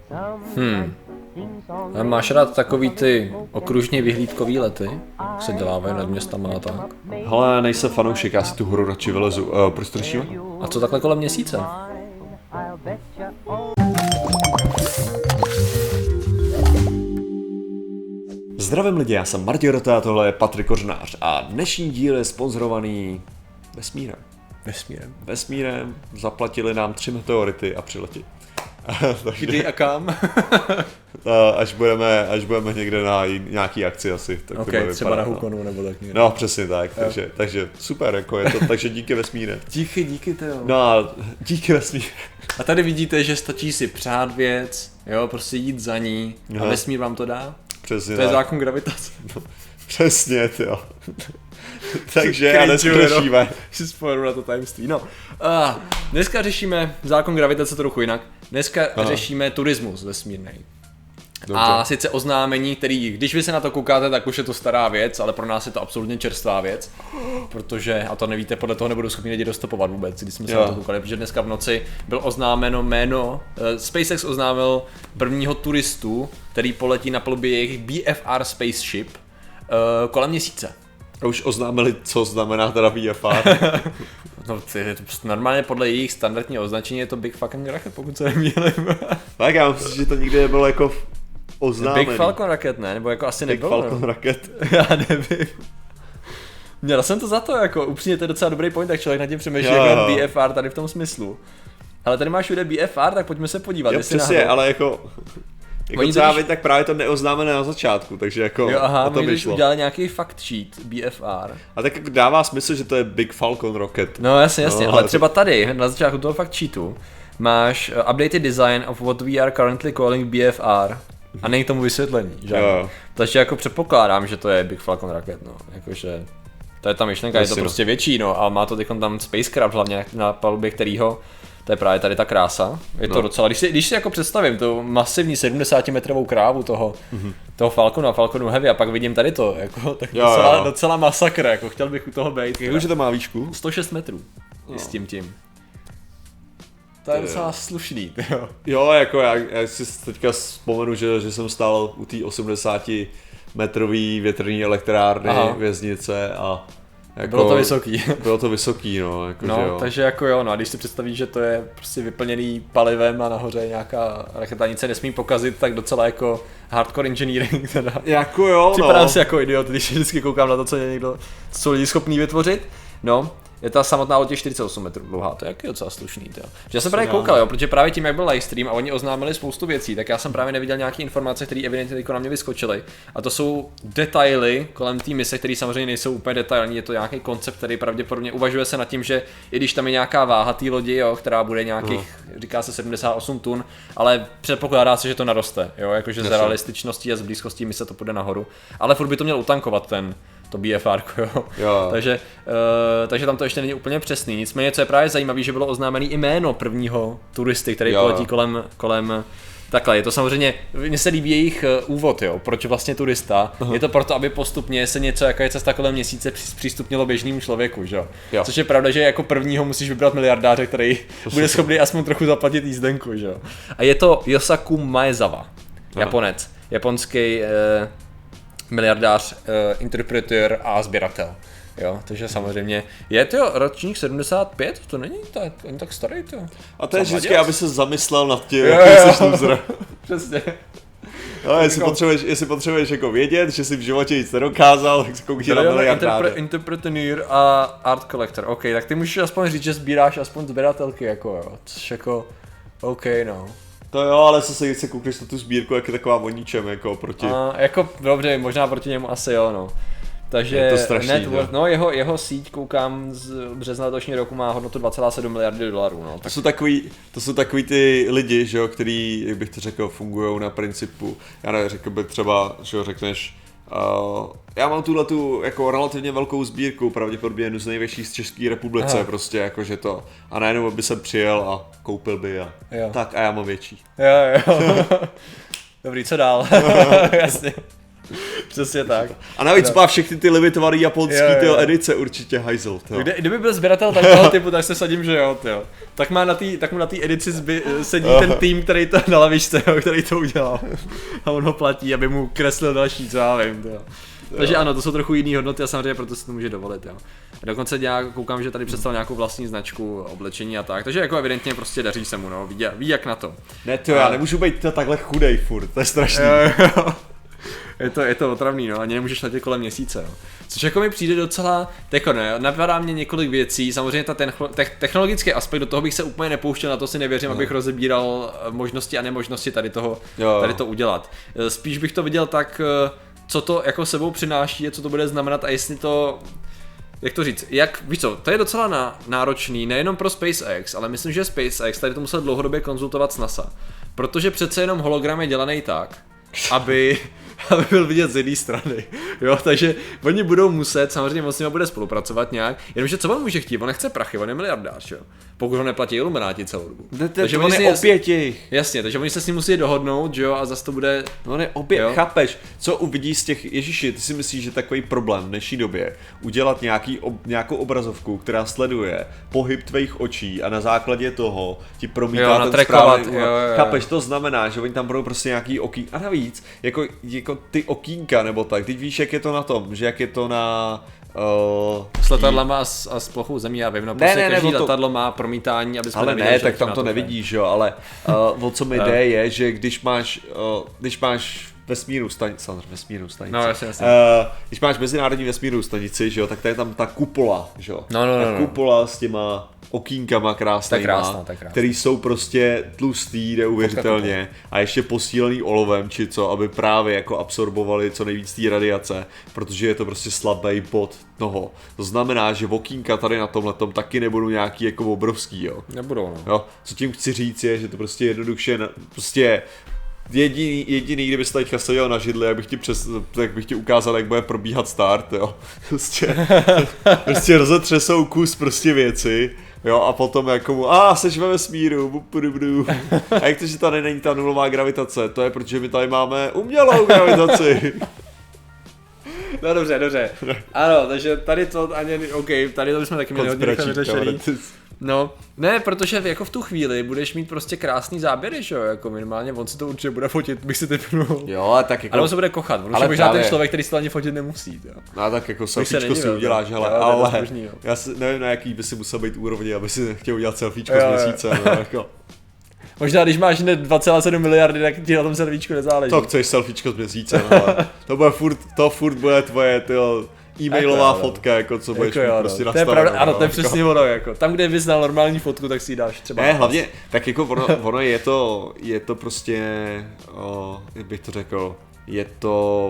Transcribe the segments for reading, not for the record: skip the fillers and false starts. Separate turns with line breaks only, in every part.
A máš rád takový ty okružně vyhlídkový lety? Se dělávají nad městama a tak.
Hele, nejsem fanoušek, já si tu hru radši vylezu. Proč to řešíme?
A co takhle kolem měsíce?
Zdravím lidi, já jsem Martin Rota a tohle je Patrik Kořnář a dnešní díl je sponzorovaný vesmírem. Vesmírem zaplatili nám 3 meteority a přileti.
Kdy a kam?
Až budeme někde na nějaký akci asi. Tak
ok, třeba na Hukonu nebo tak někde.
No přesně tak, takže super, jako je to, takže díky vesmíre.
Díky Teo.
No a díky vesmíre.
A tady vidíte, že stačí si přát věc, jo, prostě jít za ní a vesmír vám to dá.
Přesně
to je zákon gravitace.
No, přesně, jo. Takže já neskročíme.
Si spojeru na to tajemství. No, dneska řešíme zákon gravitace trochu jinak. Dneska řešíme turismus vesmírný. Dobře. A sice oznámení, který, když vy se na to koukáte, tak už je to stará věc, ale pro nás je to absolutně čerstvá věc. Protože, a to nevíte, podle toho nebudou schopni lidi dostopovat vůbec, když jsme se na to koukali, protože dneska v noci byl oznámeno jméno, SpaceX oznámil prvního turistu, který poletí na palubě jejich BFR Spaceship kolem měsíce.
A už oznámili, co znamená teda BFR.
No, je to prostě normálně podle jejich standardního označení je to Big Fucking Rocket, pokud se nemýlím.
Tak já myslím, že to nikdy nebylo jako oznámený.
Big Falcon Rocket, ne? Nebo jako asi nebylo.
Big Falcon Rocket.
Já nevím. Měl jsem to za to, jako upřímně to je docela dobrý point, tak člověk nad tím přemýšlí jako BFR tady v tom smyslu. Ale tady máš všude BFR, tak pojďme se podívat.
Jo, přesně, ale jako třeba vy tak právě to neoznámené na začátku, takže jako
jo, aha,
o to
když udělali nějaký fact sheet BFR.
A tak jako dává smysl, že to je Big Falcon Rocket.
No jasně, ale třeba tady, na začátku toho fact sheetu, máš updated design of what we are currently calling BFR. A není k tomu vysvětlení, že? Takže jako předpokládám, že to je Big Falcon Rocket, no, jakože to je ta myšlenka, je to prostě větší, no, a má to tam spacecraft hlavně na palubě, kterýho, to je právě tady ta krása, je to docela, když si jako představím tu masivní 70metrovou krávu toho Falconu a Falconu Heavy a pak vidím tady to, jako, tak docela masakr, jako chtěl bych u toho být.
Jak už to má výšku?
106 metrů, s tím. To je docela slušný, jo.
Jo, jako já si teďka vzpomenu, že jsem stál u té 80metrový větrní elektrárny, věznice a jako, Bylo to vysoký, no. Jako,
no,
že jo.
Takže jako jo, no a když si představíš, že to je prostě vyplněný palivem a nahoře nějaká raketa nic se nesmí pokazit, tak docela jako hardcore engineering teda.
Jako jo,
Připadám si jako idiot, když vždycky koukám na to, co jsou lidi schopní vytvořit. No, je ta samotná loď 48 metrů dlouhá, to je jaký docela slušný, jo. Já jsem právě koukal, jo, protože právě tím, jak byl livestream a oni oznámili spoustu věcí, tak já jsem právě neviděl nějaké informace, které evidentně na mě vyskočily. A to jsou detaily kolem té mise, které samozřejmě nejsou úplně detailní, je to nějaký koncept, který pravděpodobně uvažuje se nad tím, že i když tam je nějaká váha té lodi, jo, která bude nějakých, říká se 78 tun, ale předpokládá se, že to naroste, jo, jakože z realističností a z blízkostí mise to půjde nahoru. Ale furt by to měl utankovat to BFR, jo. Takže tam to ještě není úplně přesný. Nicméně, co je právě zajímavé, že bylo oznámený jméno prvního turisty, který poletí kolem takhle. Je to samozřejmě, mně se líbí jejich úvod, jo, proč vlastně turista. Je to proto, aby postupně se něco, jako je cesta kolem měsíce, zpřístupnilo běžnému člověku, že jo. Což je pravda, že jako prvního musíš vybrat miliardáře, který bude schopný aspoň trochu zaplatit jízdenku, že jo. A je to Yosaku Maezawa, Japonec, japonský miliardář, interpretér a sběratel. Jo, takže samozřejmě je to ročník 75, to není tak starý to.
A to je vždycky, aby se zamyslel nad tím, jaký jsi loser.
Přesně.
No, jestli potřebuješ jako vědět, že jsi v životě nic nedokázal, tak se koukni na miliardáře.
Interpretér a art collector, ok, tak ty můžeš aspoň říct, že sbíráš aspoň sběratelky, jako jo, což jako, ok, no.
To jo, ale se koukneš na tu sbírku, jak je taková o ničem, jako proti.
Jako dobře, možná proti němu asi jo, no. Takže
je to strašný,
networth, no jeho síť, koukám, z března letošního roku má hodnotu 2,7 miliardy dolarů, no.
Tak. To jsou takový ty lidi, že jo, který, jak bych to řekl, fungují na principu, já nevím, řekl bych třeba, že jo, řekneš, já mám tuhletu jako relativně velkou sbírku, pravděpodobně jednu z největších z České republice, prostě jakože to. A najednou by jsem přijel a koupil by a tak a já mám větší.
Jo. Dobrý, co dál? Jasně. Přesně tak.
A navíc má všechny ty limitované japonský edice určitě hajzl.
Kdyby byl sběratel takového typu, tak se sadím, že jo, tyjo. Tak mu na té edici sedí ten tým, který to na lavičce, který to udělal. A on ho platí, aby mu kreslil další, co já vím, tyjo. Takže ano, to jsou trochu jiný hodnoty a samozřejmě proto si to může dovolit, jo. A dokonce koukám, že tady představil nějakou vlastní značku oblečení a tak, takže jako evidentně prostě daří se mu, no, ví jak na to.
Ne, to já nemůžu být takhle chudej furt, to je strašný.
Jo. Je to otravný, no, ani nemůžeš letět kolem měsíce, jo. Což jako mi přijde docela, jako ne, napadá mě několik věcí, samozřejmě technologický aspekt, do toho bych se úplně nepouštěl, na to si nevěřím, abych rozebíral možnosti a nemožnosti tady to udělat. Spíš bych to viděl tak, co to jako sebou přináší a co to bude znamenat a jestli to, jak to říct, víš co, to je docela náročný, nejenom pro SpaceX, ale myslím, že SpaceX tady to musel dlouhodobě konzultovat s NASA, protože přece jenom hologram je dělaný tak, aby byl vidět z jedné strany, jo, takže oni budou muset, samozřejmě moc s nima bude spolupracovat nějak, jenomže co on může chtít, on nechce prachy, on je miliardář, jo, pokud ho neplatí Illuminati celou dobu.
Takže on je opět jich.
Jasně, takže oni se s ním musí dohodnout, jo, a zase to bude...
No ne, chápeš, co uvidí z těch, Ježiši, ty si myslíš, že takový problém v dnešní době, udělat nějakou obrazovku, která sleduje pohyb tvých očí a na základě toho ti promítá ten správný, chápeš, to znamená, že oni tam budou prostě nějaký okýnka, a navíc, jako ty okýnka nebo tak, teď víš, jak je to na tom, že jak je to na...
S letadlama a s plochou zemí, já vím, no prostě každý letadlo má promítání, aby jsme
ale
neviděli,
ne, tak tam to nevidíš, jo, ale o co mi jde je, že když máš vesmírnou stanici,
no, jasně.
Když máš mezinárodní vesmírnou stanici, že jo, tak tady je tam ta kupola, že jo,
ta
kupola s těma okýnkama krásnýma, který jsou prostě tlustý neuvěřitelně a ještě posílený olovem či co, aby právě jako absorbovali co nejvíc té radiace, protože je to prostě slabý bod toho. To znamená, že okýnka tady na tomhletom taky nebudou nějaký jako obrovský, jo.
Nebudou, no.
Jo, co tím chci říct je, že to prostě jednoduše, prostě jediný, kdyby se teďka seděl na židli, tak bych ti ukázal, jak bude probíhat start, jo. Prostě rozetřesou kus prostě věci, jo, a potom jako seš ve vesmíru, a jak to, že tady není ta nulová gravitace, to je, protože my tady máme umělou gravitaci.
No dobře. Ano, takže tady to ani, tady to bychom taky měli hodně vyřešený. No, ne, protože jako v tu chvíli budeš mít prostě krásný záběry, že jo, jako minimálně, on si to určitě bude fotit, bych si typnul.
Jo, tak jako...
Ale on se bude kochat, on už je možná ten člověk, který si to ani fotit nemusí, jo.
No tak jako selfiečko si uděláš, hele, ale já si nevím, na jaký by si musel být úrovni, aby si chtěl udělat selfiečko z měsíce, no, jako...
Možná když máš 2,7 miliardy, tak ti na tom selfiečku nezáleží.
To chceš selfiečko z měsíce, no, ale to furt bude tvoje, e-mailová fotka, jako co budeš mít prostě nastavenou.
To je pravda, ano, to je přesně ono, jako. Tam, kde bys dal normální fotku, tak si ji dáš třeba.
Ne, hlavně, tak jako ono je to prostě, jak bych to řekl, je to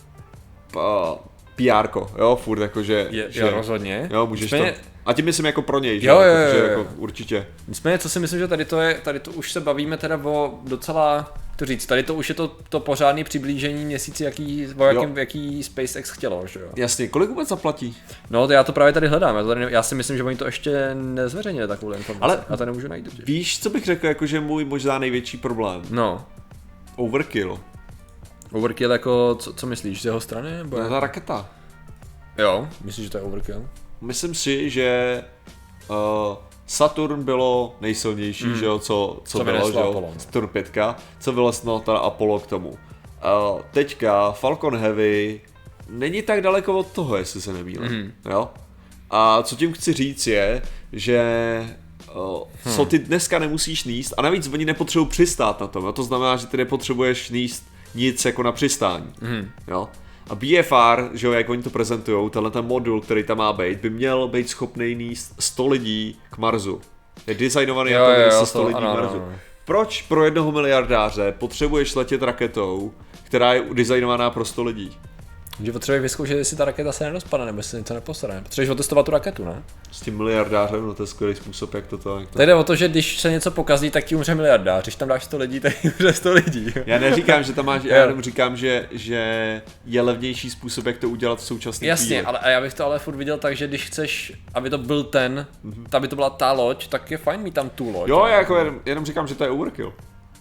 PR-ko, jo, furt jakože...
Jo, rozhodně.
Jo, můžeš to... A tím myslím jako pro něj, že?
Jo.
Jako určitě.
Nicméně, co si myslím, že tady to už se bavíme teda o docela, to říct, tady to už je to pořádné přiblížení měsíci, jaký SpaceX chtělo, že jo?
Jasně, kolik vůbec zaplatí?
No, to já to právě tady hledám, já si myslím, že oni to ještě nezveřejnili takovou informaci, ale já to nemůžu najít.
Víš, co bych řekl, jakože můj možná největší problém?
No.
Overkill.
Overkill jako, co myslíš, z jeho strany? Nebo
ta raketa.
Jo, myslíš, že to je overkill?
Myslím si, že Saturn bylo nejsilnější, že jo, co bylo, že jo, Saturn 5, co vyleslo teda Apollo k tomu. Teďka Falcon Heavy není tak daleko od toho, jestli se nemýlím, jo. A co tím chci říct je, že co ty dneska nemusíš níst, a navíc oni nepotřebují přistát na tom, jo? To znamená, že ty nepotřebuješ níst nic jako na přistání, jo. A BFR, že jo, jak oni to prezentujou, tenhle ten modul, který tam má být, by měl být schopný níst 100 lidí k Marsu. Je designovaný jako 100 lidí k Marsu. Proč pro jednoho miliardáře potřebuješ letět raketou, která je designovaná pro 100 lidí?
Že potřebuješ vyzkoušet, jestli ta raketa se nedospadne, nebo jestli něco nepostará. Potřebuješ otestovat tu raketu, ne?
S tím miliardářem, no to je skvělý způsob, jak to.
Tady jde o to, že když se něco pokazí, tak ti umře miliardář. Když tam dáš 100 lidí, tak ti umře 100 lidí.
Já neříkám, že tam máš, já jenom říkám, že je levnější způsob, jak to udělat v současné chvíli.
Jasně, ale já bych to ale furt viděl tak, že když chceš, aby to byl aby to byla ta loď, tak je fajn mít tam tu loď.
Jo, já jako jenom říkám, že to je overkill.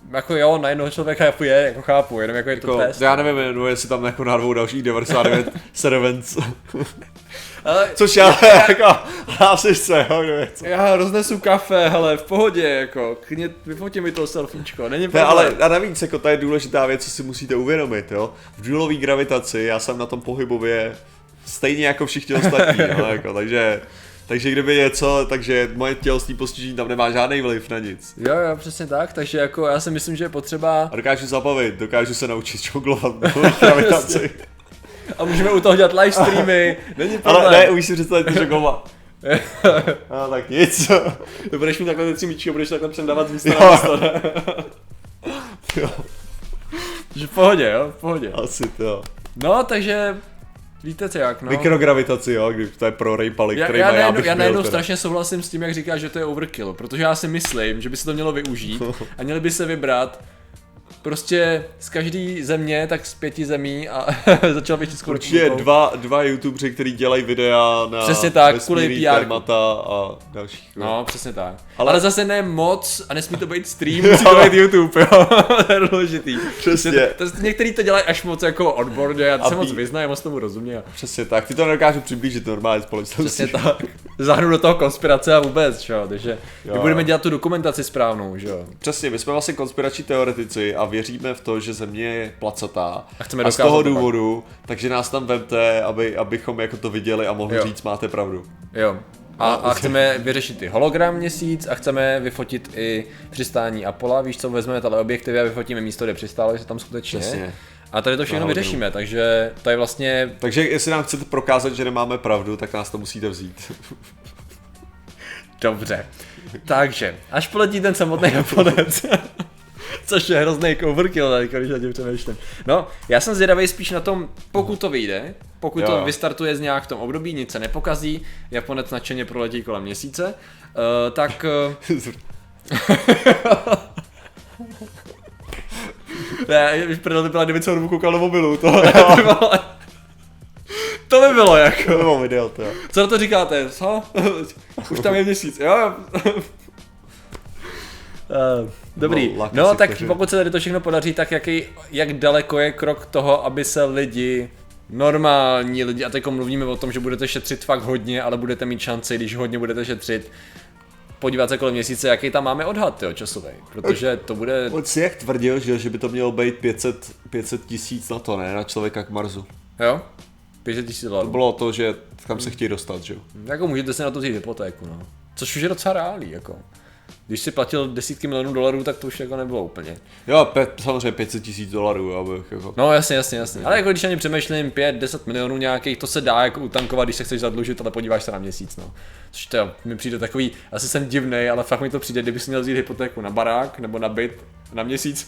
jako jo, na jednoho člověka je, jako chápu, jenom jako je to test.
Já nevím, jestli tam jako narvou dalších 99 servants.
Ale
Což já jako hlásíš se, jo,
já roznesu kafe, hele, v pohodě, jako, klidně vyfotím mi to selfiečko, není
ne,
problém.
ale a navíc, jako to je důležitá věc, co si musíte uvědomit, jo. V důlové gravitaci já jsem na tom pohybově stejně jako všichni ostatní, no, jako, takže kdyby něco, takže moje tělostní postižení tam nemá žádný vliv na nic.
Jo, přesně tak, takže jako já si myslím, že je potřeba...
A dokážu zabavit, dokážu se naučit žonglovat v gravitaci.
A můžeme u toho dělat live streamy, není problém.
Ale ne, už si představit ty žonglovat. No tak nic.
To budeš mít takhle 3 míčky a budeš takhle předávat z místa na místo, ne?
Jo.
Takže v pohodě, jo, v pohodě.
Asi to.
No, takže víte co jak, no.
Mikrogravitaci, jo, když to je pro Raypalik, který má
já
bych
najednou
teda.
strašně souhlasím s tím, jak říkáš, že to je overkill, protože já si myslím, že by se to mělo využít a měli by se vybrat prostě z každé země, tak z 5 zemí a začal bych Českou
Určitě
republikou.
dva YouTubeři, kteří dělají videa na
Přesně tak, kvůli
vesmírný
PR.
témata a dalších.
No, přesně tak.
Ale-
Ale zase ne moc a nesmí to být stream, musí to být YouTube, jo. To je důležitý.
Přesně.
Některý to dělají až moc jako odborně, já to
A
se moc
pí-
vyznají, moc tomu rozumím.
Přesně tak, ty to nedokážu přiblížit normálně společnosti.
Přesně tak. Zahnu do toho konspirace a vůbec, jo. Takže my
Jo.
budeme dělat tu dokumentaci správnou, že jo.
Přesně, my jsme vlastně konspirační teoretici a věříme v to, že Země je placatá.
A chceme
A z
dokázat
toho
opak.
důvodu, takže nás tam vemte, abychom jako to viděli a mohli
Jo.
říct, máte pravdu.
Jo. A chceme vyřešit i hologram měsíc a chceme vyfotit i přistání Apollo, víš co, vezmeme teleobjektivy a vyfotíme místo, kde přistálo, že tam skutečně je.
Přesně.
A tady to všechno
Na hologramu.
vyřešíme, takže to je vlastně...
Takže jestli nám chcete prokázat, že nemáme pravdu, tak nás to musíte vzít.
Dobře. Takže, až poletí ten samotný Japonec. Což je hrozný overkill, tady, když na tím přemýšlím. No, já jsem zvědavý spíš na tom, pokud to vyjde, pokud
Jo.
to vystartuje z nějak v tom období, nic se nepokazí, Japonec nadšeně proletí kolem měsíce, tak... Ne, už prdel by byla, kdyby celou dobu koukal do mobilu, to by bylo jako.
To bylo video, to jo.
Co na to říkáte? Co? Už tam je měsíc, jo? Dobrý,
No, laky
no
si
tak
vteřin.
pokud se tady to všechno podaří, tak jak daleko je krok toho, aby se lidi, normální lidi, a teď mluvíme o tom, že budete šetřit fakt hodně, ale budete mít šanci, když hodně budete šetřit, podívat se kolem měsíce, jaký tam máme odhad, jo, časový, protože to bude...
On si jak tvrdil, že by to mělo být 500 tisíc na to, ne? Na člověka k Marsu.
Jo? 500 000
To
$.
bylo to, že tam se chtějí dostat, že jo?
Jako můžete si na to vzít hypotéku, no. Což už je docela reálný, jako. Když si platil desítky milionů dolarů, tak to už jako nebylo úplně.
Jo, samozřejmě 500 tisíc dolarů, abych jako...
No jasně. Ale jako když ani přemýšlím 5-10 milionů nějakých, to se dá jako utankovat, když se chceš zadlužit, ale podíváš se na měsíc, no. Což to mi přijde takový, asi jsem divnej, ale fakt mi to přijde, kdybych si měl vzít hypotéku na barák nebo na byt na měsíc.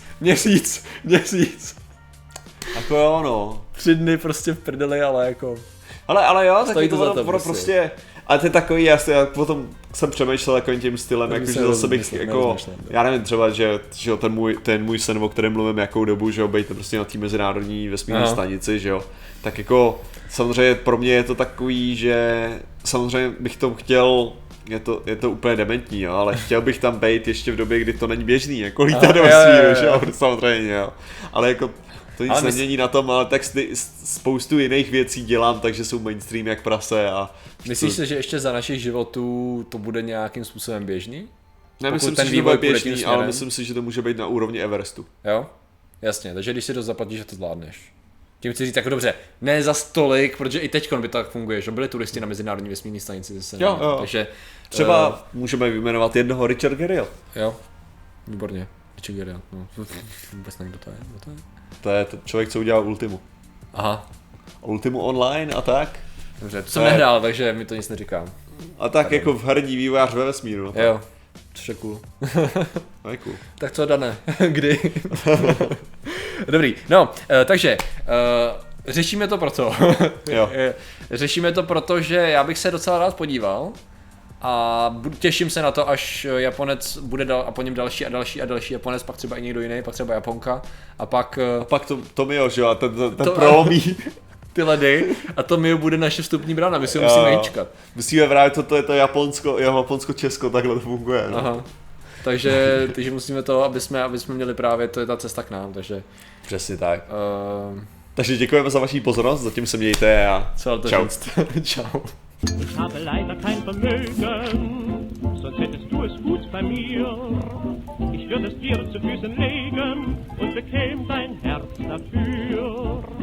Jako jo, no.
3 dny prostě v prdeli, ale jako...
Ale jo, tak
Stojí
je
to za to
prostě... Ale to je takový, já potom jsem přemýšlel takovým tím stylem,
To
jako,
by
že
se
zase bych,
rozmyslel,
jako,
nerozmyšlel,
já nevím, třeba, že jo, ten můj sen, o kterém mluvím jakou dobu, že jo, být prostě na té mezinárodní vesmírné
Aha.
stanici, že jo, tak jako, samozřejmě pro mě je to takový, že samozřejmě bych to chtěl, je to úplně dementní, jo, ale chtěl bych tam být ještě v době, kdy to není běžný, jako lítat do
jo,
vesmíru,
jo.
že jo, samozřejmě, jo, ale jako, to nic
Ale
nemění na tom, ale tak spoustu jiných věcí dělám, takže jsou mainstream jak prase a...
Myslíš si, že ještě za našich životů to bude nějakým způsobem běžný?
Nemyslím
ten
si, že to
vývoj
bude
půjde tím
běžný, ale
směrem?
myslím si, že to může být na úrovni Everestu.
Jo? Jasně, takže když si to zaplatíš, že to zvládneš. Tím chci říct jako dobře, ne za stolik, protože i teďkon by to tak funguje, že byli turisti na mezinárodní vesmírné stanici zase.
Jo.
Takže
Třeba můžeme vyjmenovat jednoho Richard Garriott.
jo, výborně. Richard Garriott, no. Vůbec nevím, kdo to je.
To je ten člověk, co udělal Ultimu.
Aha,
Ultimu online a tak.
dobře, to jsem
To je-
nehrál, takže mi to nic neříká.
A tak jako v herní vývojář ve vesmíru. No,
Jo, což je cool.
to je cool.
Tak co, Dané, kdy? Dobrý, no, takže řešíme to proto.
Jo.
Řešíme to proto, že já bych se docela rád podíval a těším se na to, až Japonec bude a po něm další a další a další Japonec, pak třeba i někdo jiný, pak třeba Japonka a pak
A pak to Mio, že jo, a ten
To-
prolomí.
ty ledy a to mi bude naše vstupní brána, my si ho
Jo.
musíme vyčkat.
Musíme vrátit, to je to Japonsko-Česko, takhle to funguje. No.
Aha. takže musíme to, aby jsme měli právě, to je ta cesta k nám, takže...
Přesně tak. Takže děkujeme za vaši pozornost, zatím se mějte a
čau. Čau.
Ich habe leider kein Vermögen, sonst hättest du es gut bei mir. Ich würde es dir zu Füßen legen und bekäm dein Herz dafür.